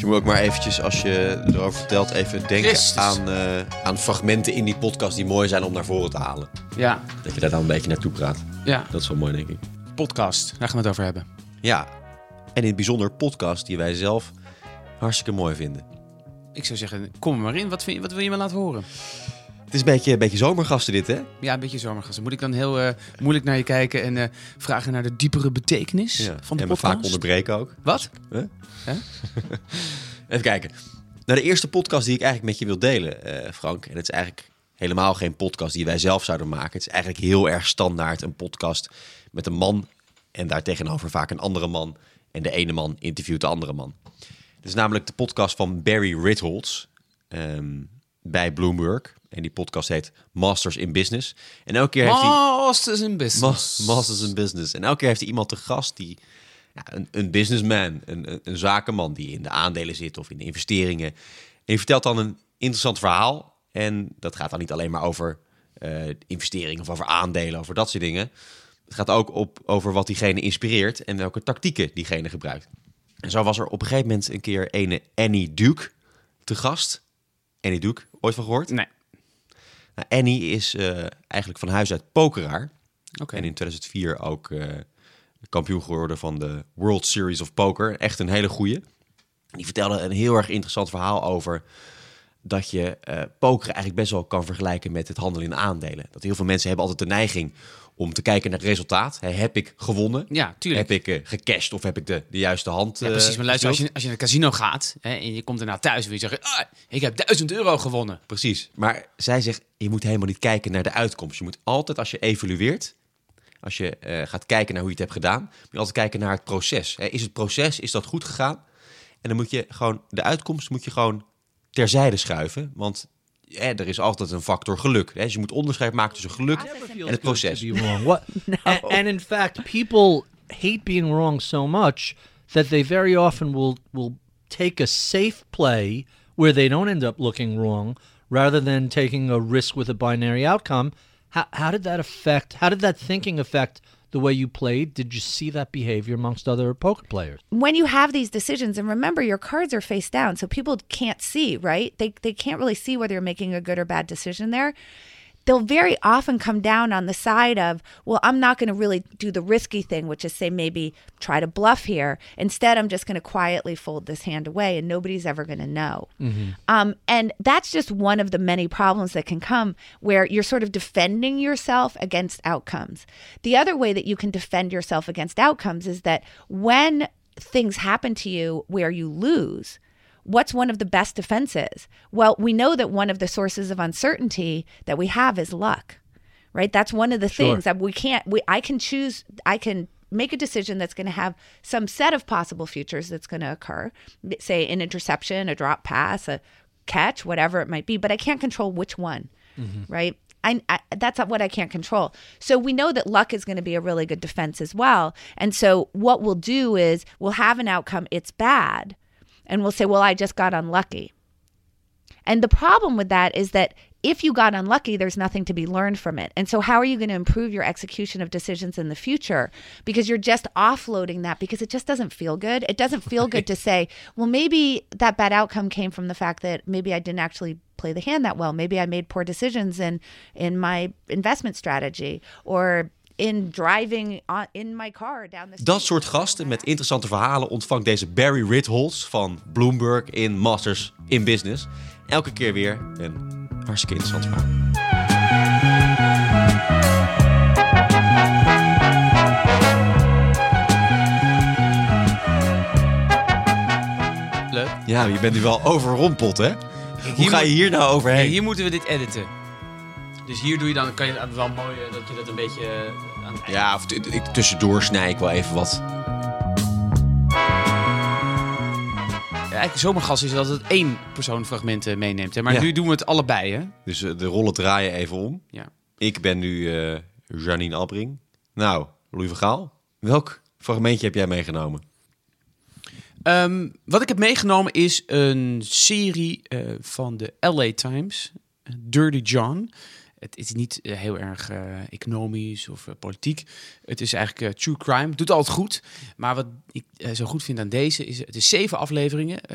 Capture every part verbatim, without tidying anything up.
Je moet ook maar eventjes, als je erover vertelt, even denken Christus. aan, uh, aan fragmenten in die podcast die mooi zijn om naar voren te halen. Ja. Dat je daar dan een beetje naartoe praat. Ja. Dat is wel mooi, denk ik. Podcast, daar gaan we het over hebben. Ja, en in het bijzonder podcast die wij zelf hartstikke mooi vinden. Ik zou zeggen, kom er maar in. Wat, vind je, wat wil je me laten horen? Het is een beetje, een beetje zomergasten dit, hè? Ja, een beetje zomergasten. Moet ik dan heel uh, moeilijk naar je kijken en uh, vragen naar de diepere betekenis Ja. van de en podcast? En me vaak onderbreken ook. Wat? Huh? Huh? Even kijken. Nou, de eerste podcast die ik eigenlijk met je wil delen, uh, Frank. En het is eigenlijk helemaal geen podcast die wij zelf zouden maken. Het is eigenlijk heel erg standaard een podcast met een man en daartegenover vaak een andere man. En de ene man interviewt de andere man. Het is namelijk de podcast van Barry Ritholtz um, bij Bloomberg. En die podcast heet Masters in Business. En elke keer heeft hij... Masters in Business. Ma- Masters in Business. En elke keer heeft hij iemand te gast die... Ja, een, een businessman, een, een, een zakenman die in de aandelen zit of in de investeringen. En die vertelt dan een interessant verhaal. En dat gaat dan niet alleen maar over uh, investeringen of over aandelen, over dat soort dingen. Het gaat ook op, over wat diegene inspireert en welke tactieken diegene gebruikt. En zo was er op een gegeven moment een keer ene Annie Duke te gast. Annie Duke, ooit van gehoord? Nee. Nou, Annie is uh, eigenlijk van huis uit pokeraar. Okay. En in tweeduizend vier ook uh, kampioen geworden van de World Series of Poker. Echt een hele goeie. Die vertelde een heel erg interessant verhaal over dat je uh, pokeren eigenlijk best wel kan vergelijken met het handelen in aandelen. Dat heel veel mensen hebben altijd de neiging om te kijken naar het resultaat. Hey, heb ik gewonnen? Ja, tuurlijk. Heb ik uh, gecashed of heb ik de, de juiste hand uh, Ja, precies. Maar luister, als je, als je naar het casino gaat hè, en je komt daarna thuis, wil je zeggen, ah, ik heb duizend euro gewonnen. Precies. Maar zij zegt, je moet helemaal niet kijken naar de uitkomst. Je moet altijd, als je evalueert, als je uh, gaat kijken naar hoe je het hebt gedaan, moet je altijd kijken naar het proces. Hè, is het proces, is dat goed gegaan? En dan moet je gewoon, de uitkomst moet je gewoon terzijde schuiven, want eh, er is altijd een factor geluk. Hè? Dus je moet onderscheid maken tussen geluk en het proces. What? no. and, and in fact, people hate being wrong so much that they very often will will take a safe play where they don't end up looking wrong, rather than taking a risk with a binary outcome. How, how did that affect? How did that thinking affect the way you played? Did you see that behavior amongst other poker players? When you have these decisions, and remember, your cards are face down, so people can't see, right? They they can't really see whether you're making a good or bad decision there. They'll very often come down on the side of, well, I'm not going to really do the risky thing, which is say maybe try to bluff here. Instead, I'm just going to quietly fold this hand away and nobody's ever going to know. Mm-hmm. Um, and that's just one of the many problems that can come where you're sort of defending yourself against outcomes. The other way that you can defend yourself against outcomes is that when things happen to you where you lose, what's one of the best defenses? Well, we know that one of the sources of uncertainty that we have is luck, right? That's one of the Sure. things that we can't, we, I can choose, I can make a decision that's going to have some set of possible futures that's going to occur, say an interception, a drop pass, a catch, whatever it might be, but I can't control which one, mm-hmm. right? I, I, that's what I can't control. So we know that luck is going to be a really good defense as well. And so what we'll do is we'll have an outcome, it's bad, and we'll say, well, I just got unlucky. And the problem with that is that if you got unlucky, there's nothing to be learned from it. And so how are you going to improve your execution of decisions in the future? Because you're just offloading that because it just doesn't feel good. It doesn't feel good to say, well, maybe that bad outcome came from the fact that maybe I didn't actually play the hand that well. Maybe I made poor decisions in, in my investment strategy, or in driving on, in my car down the street. Dat soort gasten met interessante verhalen ontvangt deze Barry Ritholtz van Bloomberg in Masters in Business. Elke keer weer een hartstikke interessant verhaal. Leuk. Ja, je bent nu wel overrompeld, hè? Hoe Hier ga je moet- hier nou overheen? Hier moeten we dit editen. Dus hier doe je dan, kan je wel mooi eh, dat je dat een beetje eh, aan het eind- Ja, of t- ik, tussendoor snij ik wel even wat. Ja, eigenlijk zomergas is dat het één persoon fragmenten meeneemt. Hè? Maar Ja. nu doen we het allebei, hè? Dus uh, de rollen draaien even om. Ja. Ik ben nu uh, Janine Albring. Nou, Louis van Gaal, welk fragmentje heb jij meegenomen? Um, wat ik heb meegenomen is een serie uh, van de L A Times, Dirty John. Het is niet uh, heel erg uh, economisch of uh, politiek. Het is eigenlijk uh, true crime. Doet altijd goed. Maar wat ik uh, zo goed vind aan deze is, het is zeven afleveringen. Uh,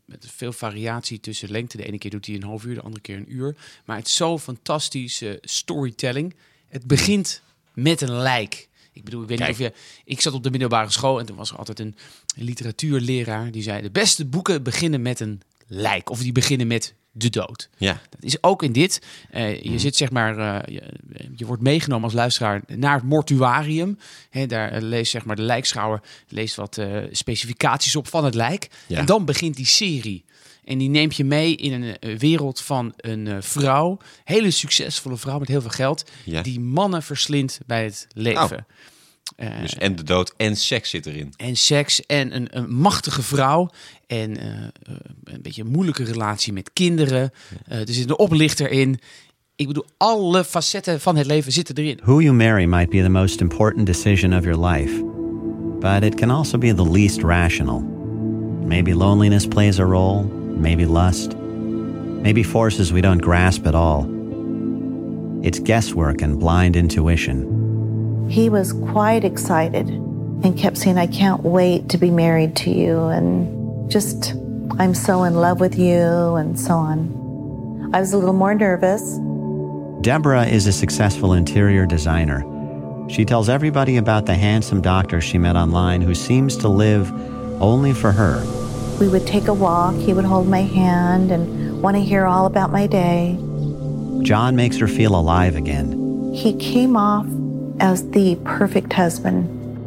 met veel variatie tussen lengte. De ene keer doet hij een half uur, de andere keer een uur. Maar het is zo fantastische storytelling. Het begint met een lijk. Ik bedoel, ik weet Kijk. niet of je... Ik zat op de middelbare school en toen was er altijd een, een literatuurleraar die zei: de beste boeken beginnen met een lijk. Of die beginnen met de dood. Ja. Dat is ook in dit. Uh, je zit zeg maar, uh, je, je wordt meegenomen als luisteraar naar het mortuarium. He, daar uh, leest zeg maar de lijkschouwer leest wat uh, specificaties op van het lijk. Ja. En dan begint die serie. En die neemt je mee in een uh, wereld van een uh, vrouw, hele succesvolle vrouw met heel veel geld, Ja. die mannen verslindt bij het leven. Oh. Uh, Dus en de dood en seks zit erin. en seks en een, een machtige vrouw en uh, uh, een beetje een moeilijke relatie met kinderen. Uh, er zit een oplichter in. Ik bedoel, alle facetten van het leven zitten erin. Who you marry might be the most important decision of your life, but it can also be the least rational. Maybe loneliness plays a role, maybe lust, maybe forces we don't grasp at all. It's guesswork and blind intuition. He was quite excited and kept saying, I can't wait to be married to you, and just, I'm so in love with you, and so on. I was a little more nervous. Deborah is a successful interior designer. She tells everybody about the handsome doctor she met online who seems to live only for her. We would take a walk, he would hold my hand and want to hear all about my day. John makes her feel alive again. He came off as the perfect husband.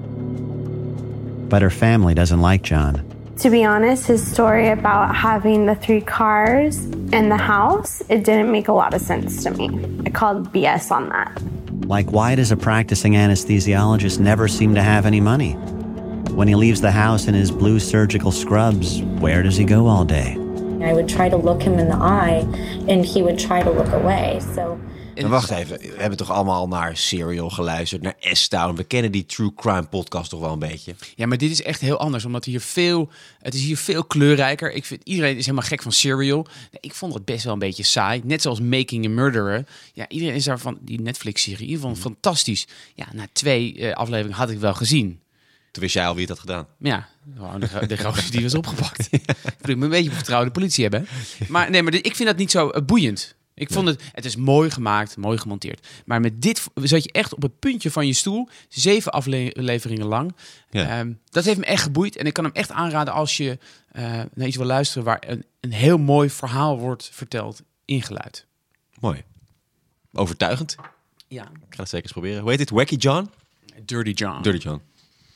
But her family doesn't like John. To be honest, his story about having the three cars and the house, it didn't make a lot of sense to me. I called B S on that. Like, why does a practicing anesthesiologist never seem to have any money? When he leaves the house in his blue surgical scrubs, where does he go all day? I would try to look him in the eye and he would try to look away. So Maar wacht even, we hebben toch allemaal naar Serial geluisterd, naar S-Town. We kennen die True Crime podcast toch wel een beetje. Ja, maar dit is echt heel anders, omdat hier veel, het is hier veel kleurrijker. Ik vind, iedereen is helemaal gek van Serial. Ik vond het best wel een beetje saai. Net zoals Making a Murderer. Ja, iedereen is daarvan, die Netflix-serie, in ieder geval fantastisch. Ja, na twee uh, afleveringen had ik wel gezien. Toen wist jij al wie het had gedaan. Ja, gewoon de, de gozer die was opgepakt. Ik bedoel, ik moet een beetje vertrouwde politie hebben. Maar nee, maar dit, ik vind dat niet zo uh, boeiend. Ik vond het, het is mooi gemaakt, mooi gemonteerd. Maar met dit zat je echt op het puntje van je stoel. Zeven afleveringen lang. Ja. Um, dat heeft me echt geboeid. En ik kan hem echt aanraden als je uh, naar iets wil luisteren waar een, een heel mooi verhaal wordt verteld in geluid. Mooi. Overtuigend. Ja. Ik ga het zeker eens proberen. Hoe heet dit? Wacky John? Dirty John. Dirty John.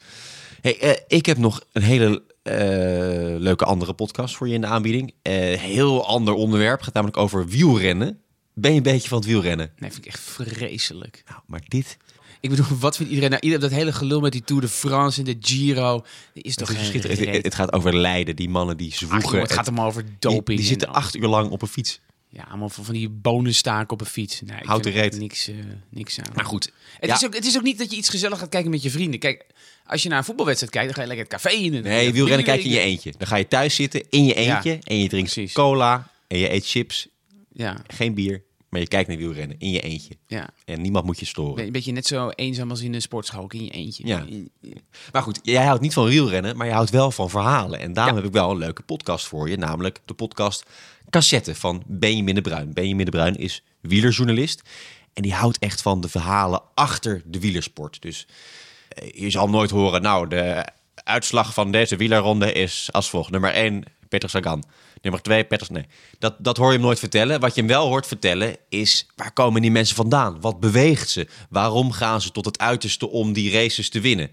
Hey, uh, ik heb nog een hele uh, leuke andere podcast voor je in de aanbieding. Uh, heel ander onderwerp. Het gaat namelijk over wielrennen. Ben je een beetje van het wielrennen? Nee, vind ik echt vreselijk. Nou, maar dit... Ik bedoel, wat vindt iedereen? Nou, iedereen dat hele gelul met die Tour de France en de Giro. Die is toch Het, is geen verschrikkelijk. het, reet. het gaat over lijden. Die mannen die zwoegen. Ach, joh, het gaat hem over doping. Die, die en zitten al. acht uur lang op een fiets. Ja, allemaal van, van die bonenstaken op een fiets. Nee, ik Houd vind de er reet. niks, uh, niks aan. Maar goed. Het, Ja. is ook, het is ook niet dat je iets gezellig gaat kijken met je vrienden. Kijk, als je naar een voetbalwedstrijd kijkt, dan ga je lekker het café in. En Nee, wielrennen kijk je in je eentje. Dan ga je thuis zitten in je eentje. Ja, en je drinkt precies. cola. En je eet chips. Ja, Geen bier. Maar je kijkt naar wielrennen in je eentje. ja. En niemand moet je storen. Een beetje net zo eenzaam als in een sportschool, ook in je eentje. Ja. Maar goed, jij houdt niet van wielrennen, maar je houdt wel van verhalen. En daarom Ja. heb ik wel een leuke podcast voor je. Namelijk de podcast Cassette van Benjamin de Bruin. Benjamin de Bruin is wielerjournalist. En die houdt echt van de verhalen achter de wielersport. Dus eh, je zal nooit horen, nou, de uitslag van deze wielerronde is als volgt. Nummer één, Peter Sagan. Nummer twee, Peter... Nee, dat, dat hoor je hem nooit vertellen. Wat je hem wel hoort vertellen is... waar komen die mensen vandaan? Wat beweegt ze? Waarom gaan ze tot het uiterste om die races te winnen?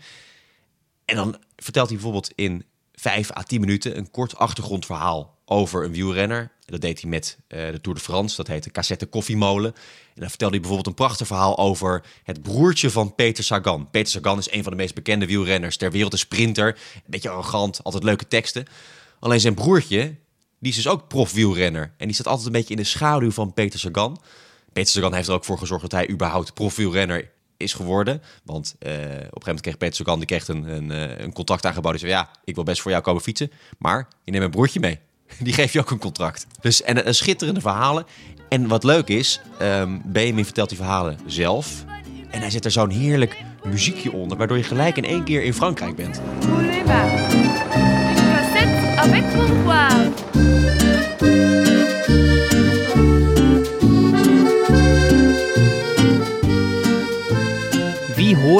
En dan vertelt hij bijvoorbeeld in vijf à tien minuten... een kort achtergrondverhaal over een wielrenner. Dat deed hij met uh, de Tour de France. Dat heet de Cassette Koffiemolen. En dan vertelde hij bijvoorbeeld een prachtig verhaal... over het broertje van Peter Sagan. Peter Sagan is een van de meest bekende wielrenners ter wereld. Een sprinter, een beetje arrogant, altijd leuke teksten. Alleen zijn broertje... die is dus ook profwielrenner. En die staat altijd een beetje in de schaduw van Peter Sagan. Peter Sagan heeft er ook voor gezorgd dat hij überhaupt profwielrenner is geworden. Want uh, op een gegeven moment kreeg Peter Sagan die kreeg een, een, een contract aangeboden. Die zei, ja, ik wil best voor jou komen fietsen. Maar je neemt mijn broertje mee. Die geeft je ook een contract. Dus, en een schitterende verhalen. En wat leuk is, um, Benjamin vertelt die verhalen zelf. En hij zet er zo'n heerlijk muziekje onder. Waardoor je gelijk in één keer in Frankrijk bent. Avec pourboire.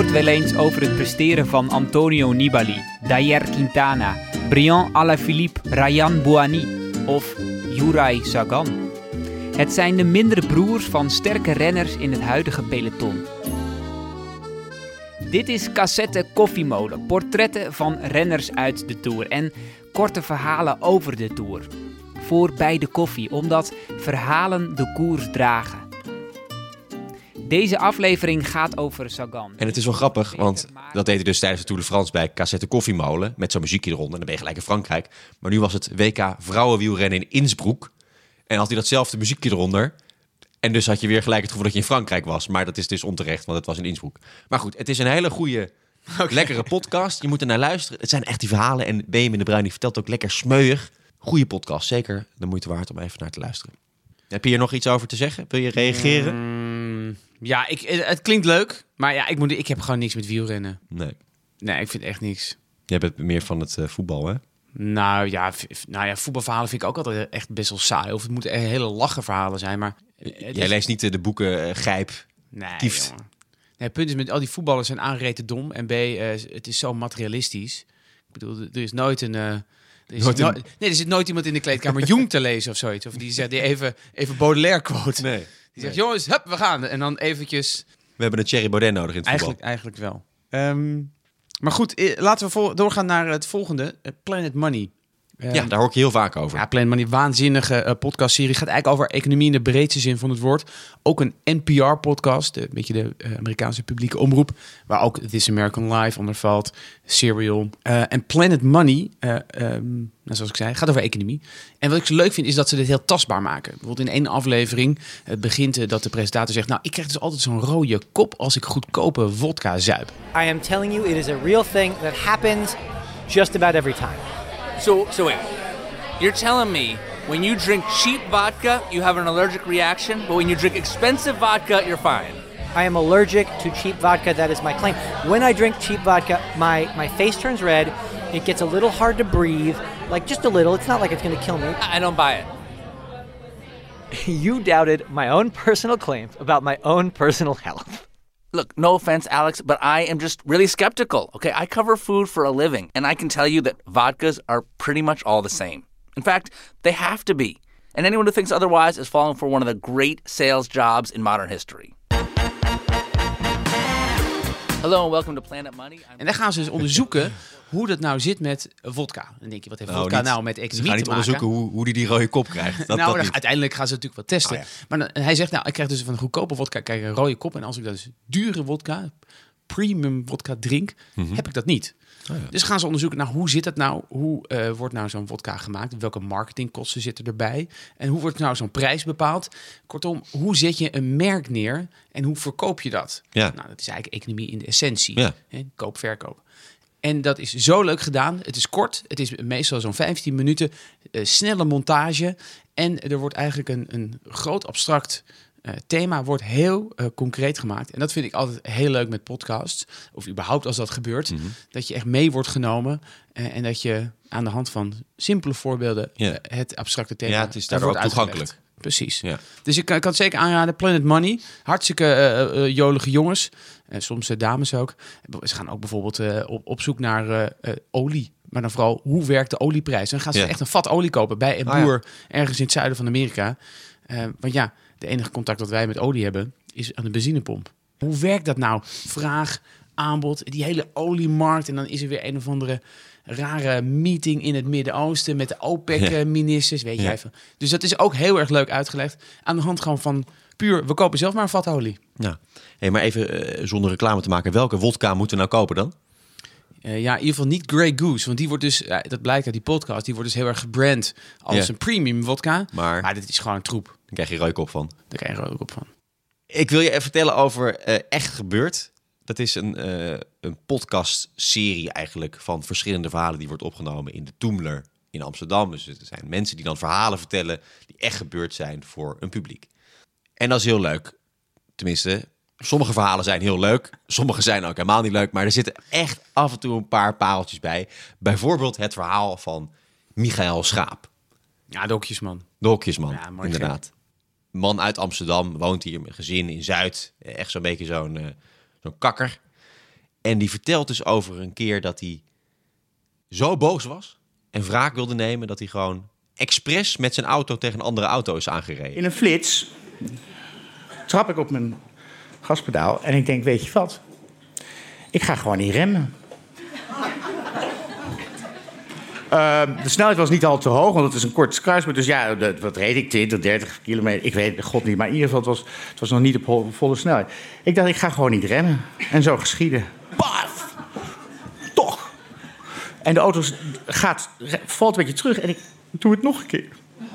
hoort wel eens over het presteren van Antonio Nibali, Dayer Quintana, Brian Alaphilippe, Ryan Bouhanni of Juraj Sagan. Het zijn de mindere broers van sterke renners in het huidige peloton. Dit is Cassette Koffiemolen, portretten van renners uit de Tour en korte verhalen over de Tour. Voor bij de koffie, omdat verhalen de koers dragen. Deze aflevering gaat over Sagan. En het is wel grappig, want dat deed hij dus tijdens de Tour de France bij Cassette Koffiemolen. Met zo'n muziekje eronder. En dan ben je gelijk in Frankrijk. Maar nu was het W K vrouwenwielrennen in Innsbruck. En had hij datzelfde muziekje eronder. En dus had je weer gelijk het gevoel dat je in Frankrijk was. Maar dat is dus onterecht, want het was in Innsbruck. Maar goed, het is een hele goede, okay. lekkere podcast. Je moet er naar luisteren. Het zijn echt die verhalen. En Benjamin de Bruin die vertelt ook lekker smeuig. Goede podcast, zeker de moeite waard om even naar te luisteren. Heb je hier nog iets over te zeggen? Wil je reageren? Mm, ja, ik, het klinkt leuk. Maar ja, ik, moet, ik heb gewoon niks met wielrennen. Nee. Nee, ik vind echt niks. Jij bent meer van het uh, voetbal, hè? Nou ja, f- nou ja, voetbalverhalen vind ik ook altijd echt best wel saai. Of het moeten echt hele lachen verhalen zijn. Maar Jij is... leest niet uh, de boeken uh, Gijp, nee, Kieft. Jongen. Nee, het punt is, met al die voetballers zijn aangereten dom. En B, uh, het is zo materialistisch. Ik bedoel, er is nooit een... Uh, Er is nooit no- een... Nee, er zit nooit iemand in de kleedkamer Jung te lezen of zoiets. Of die zegt die even, even Baudelaire quote. Nee. Die zegt, nee. jongens, hup, we gaan. En dan eventjes... We hebben een Thierry Baudet nodig in het eigenlijk, voetbal. Eigenlijk wel. Um, maar goed, eh, laten we vol- doorgaan naar het volgende. Uh, Planet Money. Um, ja, daar hoor ik je heel vaak over. Ja, Planet Money, waanzinnige uh, podcastserie. Gaat eigenlijk over economie in de breedste zin van het woord. Ook een N P R-podcast, een beetje de uh, Amerikaanse publieke omroep, waar ook This American Life onder valt, Serial. Uh, en Planet Money, uh, um, nou, zoals ik zei, gaat over economie. En wat ik zo leuk vind, is dat ze dit heel tastbaar maken. Bijvoorbeeld in één aflevering uh, begint uh, dat de presentator zegt, nou, ik krijg dus altijd zo'n rode kop als ik goedkope vodka zuip. I am telling you, it is a real thing that happens just about every time. So, so wait, you're telling me when you drink cheap vodka, you have an allergic reaction, but when you drink expensive vodka, you're fine? I am allergic to cheap vodka, that is my claim. When I drink cheap vodka, my, my face turns red, it gets a little hard to breathe, like just a little, it's not like it's gonna kill me. I don't buy it. You doubted my own personal claims about my own personal health. Look, no offense, Alex, but I am just really skeptical, okay? I cover food for a living, and I can tell you that vodkas are pretty much all the same. In fact, they have to be. And anyone who thinks otherwise is falling for one of the great sales jobs in modern history. Hello and welcome to Planet Money. I'm... En dan gaan ze dus onderzoeken hoe dat nou zit met vodka. Dan denk je, wat heeft nou, vodka niet, nou met economie te maken? Ze gaan niet onderzoeken hoe, hoe die die rode kop krijgt. Dat, nou, dat uiteindelijk gaan ze natuurlijk wel testen. Oh, ja. Maar dan, hij zegt, nou, ik krijg dus van goedkope vodka krijg ik een rode kop. En als ik dat dus dure vodka, premium vodka drink, mm-hmm. heb ik dat niet. Oh, ja. Dus gaan ze onderzoeken, nou, hoe zit dat nou? Hoe uh, wordt nou zo'n vodka gemaakt? Welke marketingkosten zitten erbij? En hoe wordt nou zo'n prijs bepaald? Kortom, hoe zet je een merk neer en hoe verkoop je dat? Ja. Nou, dat is eigenlijk economie in de essentie. Ja. Hè? Koop, verkoop. En dat is zo leuk gedaan. Het is kort. Het is meestal zo'n vijftien minuten. Uh, snelle montage. En er wordt eigenlijk een, een groot abstract uh, thema wordt heel uh, concreet gemaakt. En dat vind ik altijd heel leuk met podcasts. Of überhaupt als dat gebeurt. Mm-hmm. Dat je echt mee wordt genomen. Uh, en dat je aan de hand van simpele voorbeelden yeah. uh, het abstracte thema ja, het is daardoor ook toegankelijk. Precies. Ja. Dus ik kan, ik kan het zeker aanraden. Planet Money. Hartstikke uh, uh, jolige jongens. Uh, soms uh, dames ook. Ze gaan ook bijvoorbeeld uh, op, op zoek naar uh, uh, olie. Maar dan vooral, hoe werkt de olieprijs? Dan gaan ze ja. echt een vat olie kopen bij een boer ah, ja. ergens in het zuiden van Amerika. Uh, want ja, de enige contact dat wij met olie hebben is aan de benzinepomp. Hoe werkt dat nou? Vraag, aanbod, die hele oliemarkt. En dan is er weer een of andere rare meeting in het Midden-Oosten met de OPEC-ministers. Ja. Weet je ja. even. Dus dat is ook heel erg leuk uitgelegd. Aan de hand gewoon van puur, we kopen zelf maar een vat olie. Ja. Hey, maar even uh, zonder reclame te maken. Welke wodka moeten we nou kopen dan? Uh, ja, in ieder geval niet Grey Goose. Want die wordt dus, uh, dat blijkt uit die podcast, die wordt dus heel erg gebrand als yeah. een premium vodka. Maar, maar dit is gewoon een troep. Dan krijg je rode kop van. Daar krijg je rode kop van. Ik wil je even vertellen over uh, Echt Gebeurd. Dat is een, uh, een podcastserie eigenlijk van verschillende verhalen die wordt opgenomen in de Toemler in Amsterdam. Dus er zijn mensen die dan verhalen vertellen die echt gebeurd zijn voor een publiek. En dat is heel leuk. Tenminste, sommige verhalen zijn heel leuk. Sommige zijn ook helemaal niet leuk. Maar er zitten echt af en toe een paar pareltjes bij. Bijvoorbeeld het verhaal van Michael Schaap. Ja, de hokjesman. De hokjesman, ja, inderdaad. Geen. Man uit Amsterdam, woont hier met gezin in Zuid. Echt zo'n beetje zo'n, uh, zo'n kakker. En die vertelt dus over een keer dat hij zo boos was en wraak wilde nemen dat hij gewoon expres met zijn auto tegen een andere auto is aangereden. In een flits trap ik op mijn gaspedaal en ik denk, weet je wat? Ik ga gewoon niet remmen. Uh, de snelheid was niet al te hoog, want het is een kort kruispunt. Dus ja, de, wat reed ik? twintig, dertig kilometer? Ik weet het god niet. Maar in ieder geval, het was, het was nog niet op ho- volle snelheid. Ik dacht, ik ga gewoon niet remmen. En zo geschieden. Paf! Toch! En de auto gaat, valt een beetje terug en ik doe het nog een keer.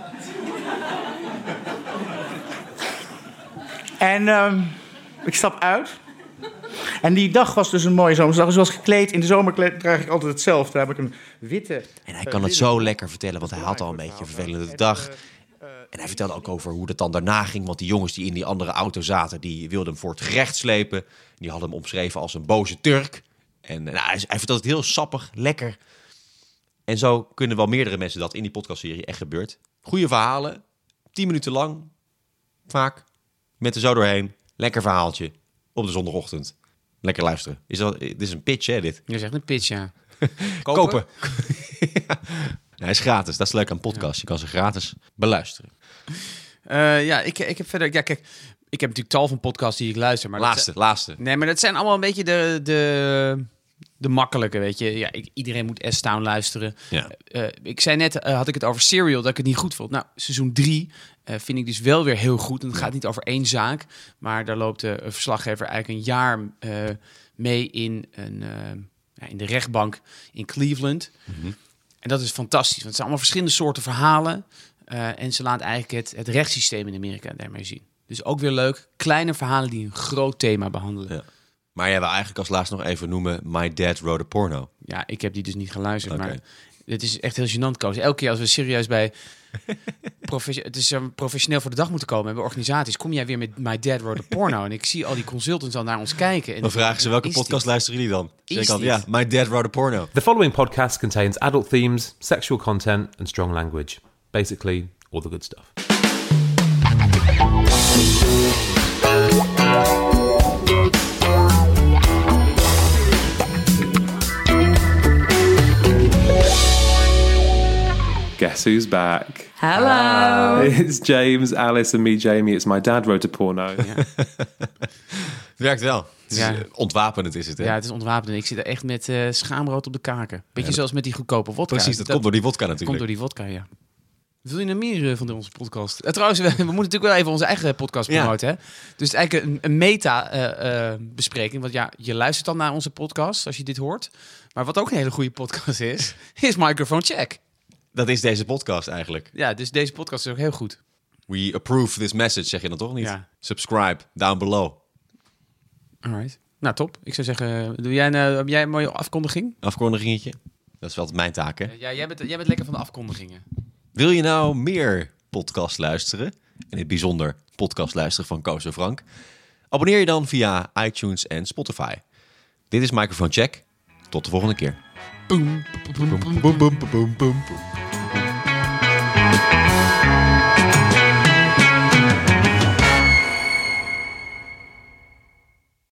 En uh, ik stap uit. En die dag was dus een mooie zomersdag. Dus was gekleed. In de zomer draag ik altijd hetzelfde. Daar heb ik een witte... En hij kan het zo lekker vertellen, want hij had al een beetje een vervelende dag. En hij vertelde ook over hoe dat dan daarna ging. Want die jongens die in die andere auto zaten, die wilden hem voor het gerecht slepen. Die hadden hem omschreven als een boze Turk. En nou, hij, hij vertelt het heel sappig, lekker. En zo kunnen wel meerdere mensen dat in die podcastserie echt gebeurt. Goeie verhalen, tien minuten lang, vaak, met er zo doorheen. Lekker verhaaltje, op de zondagochtend. Lekker luisteren. Is dat, dit is een pitch, hè, dit? Je zegt een pitch, ja. Kopen. Kopen. Ja. Hij is gratis, dat is leuk aan podcast. Je kan ze gratis beluisteren. Uh, ja, ik, ik heb verder... Ja, kijk, ik heb natuurlijk tal van podcasts die ik luister. Maar laatste, dat, laatste. Nee, maar dat zijn allemaal een beetje de... de De makkelijke, weet je. Ja, ik, iedereen moet S-Town luisteren. Ja. Uh, ik zei net, uh, had ik het over Serial, dat ik het niet goed vond. Nou, seizoen drie uh, vind ik dus wel weer heel goed. En het ja. gaat niet over één zaak. Maar daar loopt de uh, verslaggever eigenlijk een jaar uh, mee in, een, uh, ja, in de rechtbank in Cleveland. Mm-hmm. En dat is fantastisch. Want het zijn allemaal verschillende soorten verhalen. Uh, en ze laat eigenlijk het, het rechtssysteem in Amerika daarmee zien. Dus ook weer leuk. Kleine verhalen die een groot thema behandelen. Ja. Maar jij wil eigenlijk als laatste nog even noemen My Dad Wrote a Porno. Ja, ik heb die dus niet geluisterd, okay. maar het is echt heel gênant, Koos. Elke keer als we serieus bij profession- het is um, professioneel voor de dag moeten komen, hebben organisaties, kom jij weer met My Dad Wrote a Porno en ik zie al die consultants al naar ons kijken. En dan vragen ze welke podcast dit? luisteren jullie dan? Zeg ik altijd, ja, My Dad Wrote a Porno. The following podcast contains adult themes, sexual content and strong language. Basically, all the good stuff. Guess who's back? Hello. It's James, Alice and me, Jamie. It's My Dad Wrote a Porno. Ja. Werkt wel. Het is ja. ontwapenend is het, hè? Ja, het is ontwapenend. Ik zit er echt met uh, schaamrood op de kaken. Beetje ja, zoals met die goedkope wodka. Precies, dat, dat komt door die wodka natuurlijk. komt door die wodka, ja. Wil je nog meer uh, van onze podcast? Uh, trouwens, we, we moeten natuurlijk wel even onze eigen podcast promoten. Ja. Hè? Dus het is eigenlijk een, een meta-bespreking. Uh, uh, want ja, je luistert dan naar onze podcast als je dit hoort. Maar wat ook een hele goede podcast is, is Microphone Check. Dat is deze podcast eigenlijk. Ja, dus deze podcast is ook heel goed. We approve this message, zeg je dan toch niet? Ja. Subscribe, down below. Alright. Nou, top. Ik zou zeggen, doe jij een, heb jij een mooie afkondiging? Afkondigingetje. Dat is wel mijn taak, hè? Uh, ja, jij bent, jij bent lekker van de afkondigingen. Wil je nou meer podcast luisteren? En in het bijzonder podcast luisteren van Koos en Frank? Abonneer je dan via iTunes en Spotify. Dit is Microphone Check. Tot de volgende keer. Boom, boom, boom, boom, boom, boom, boom, boom.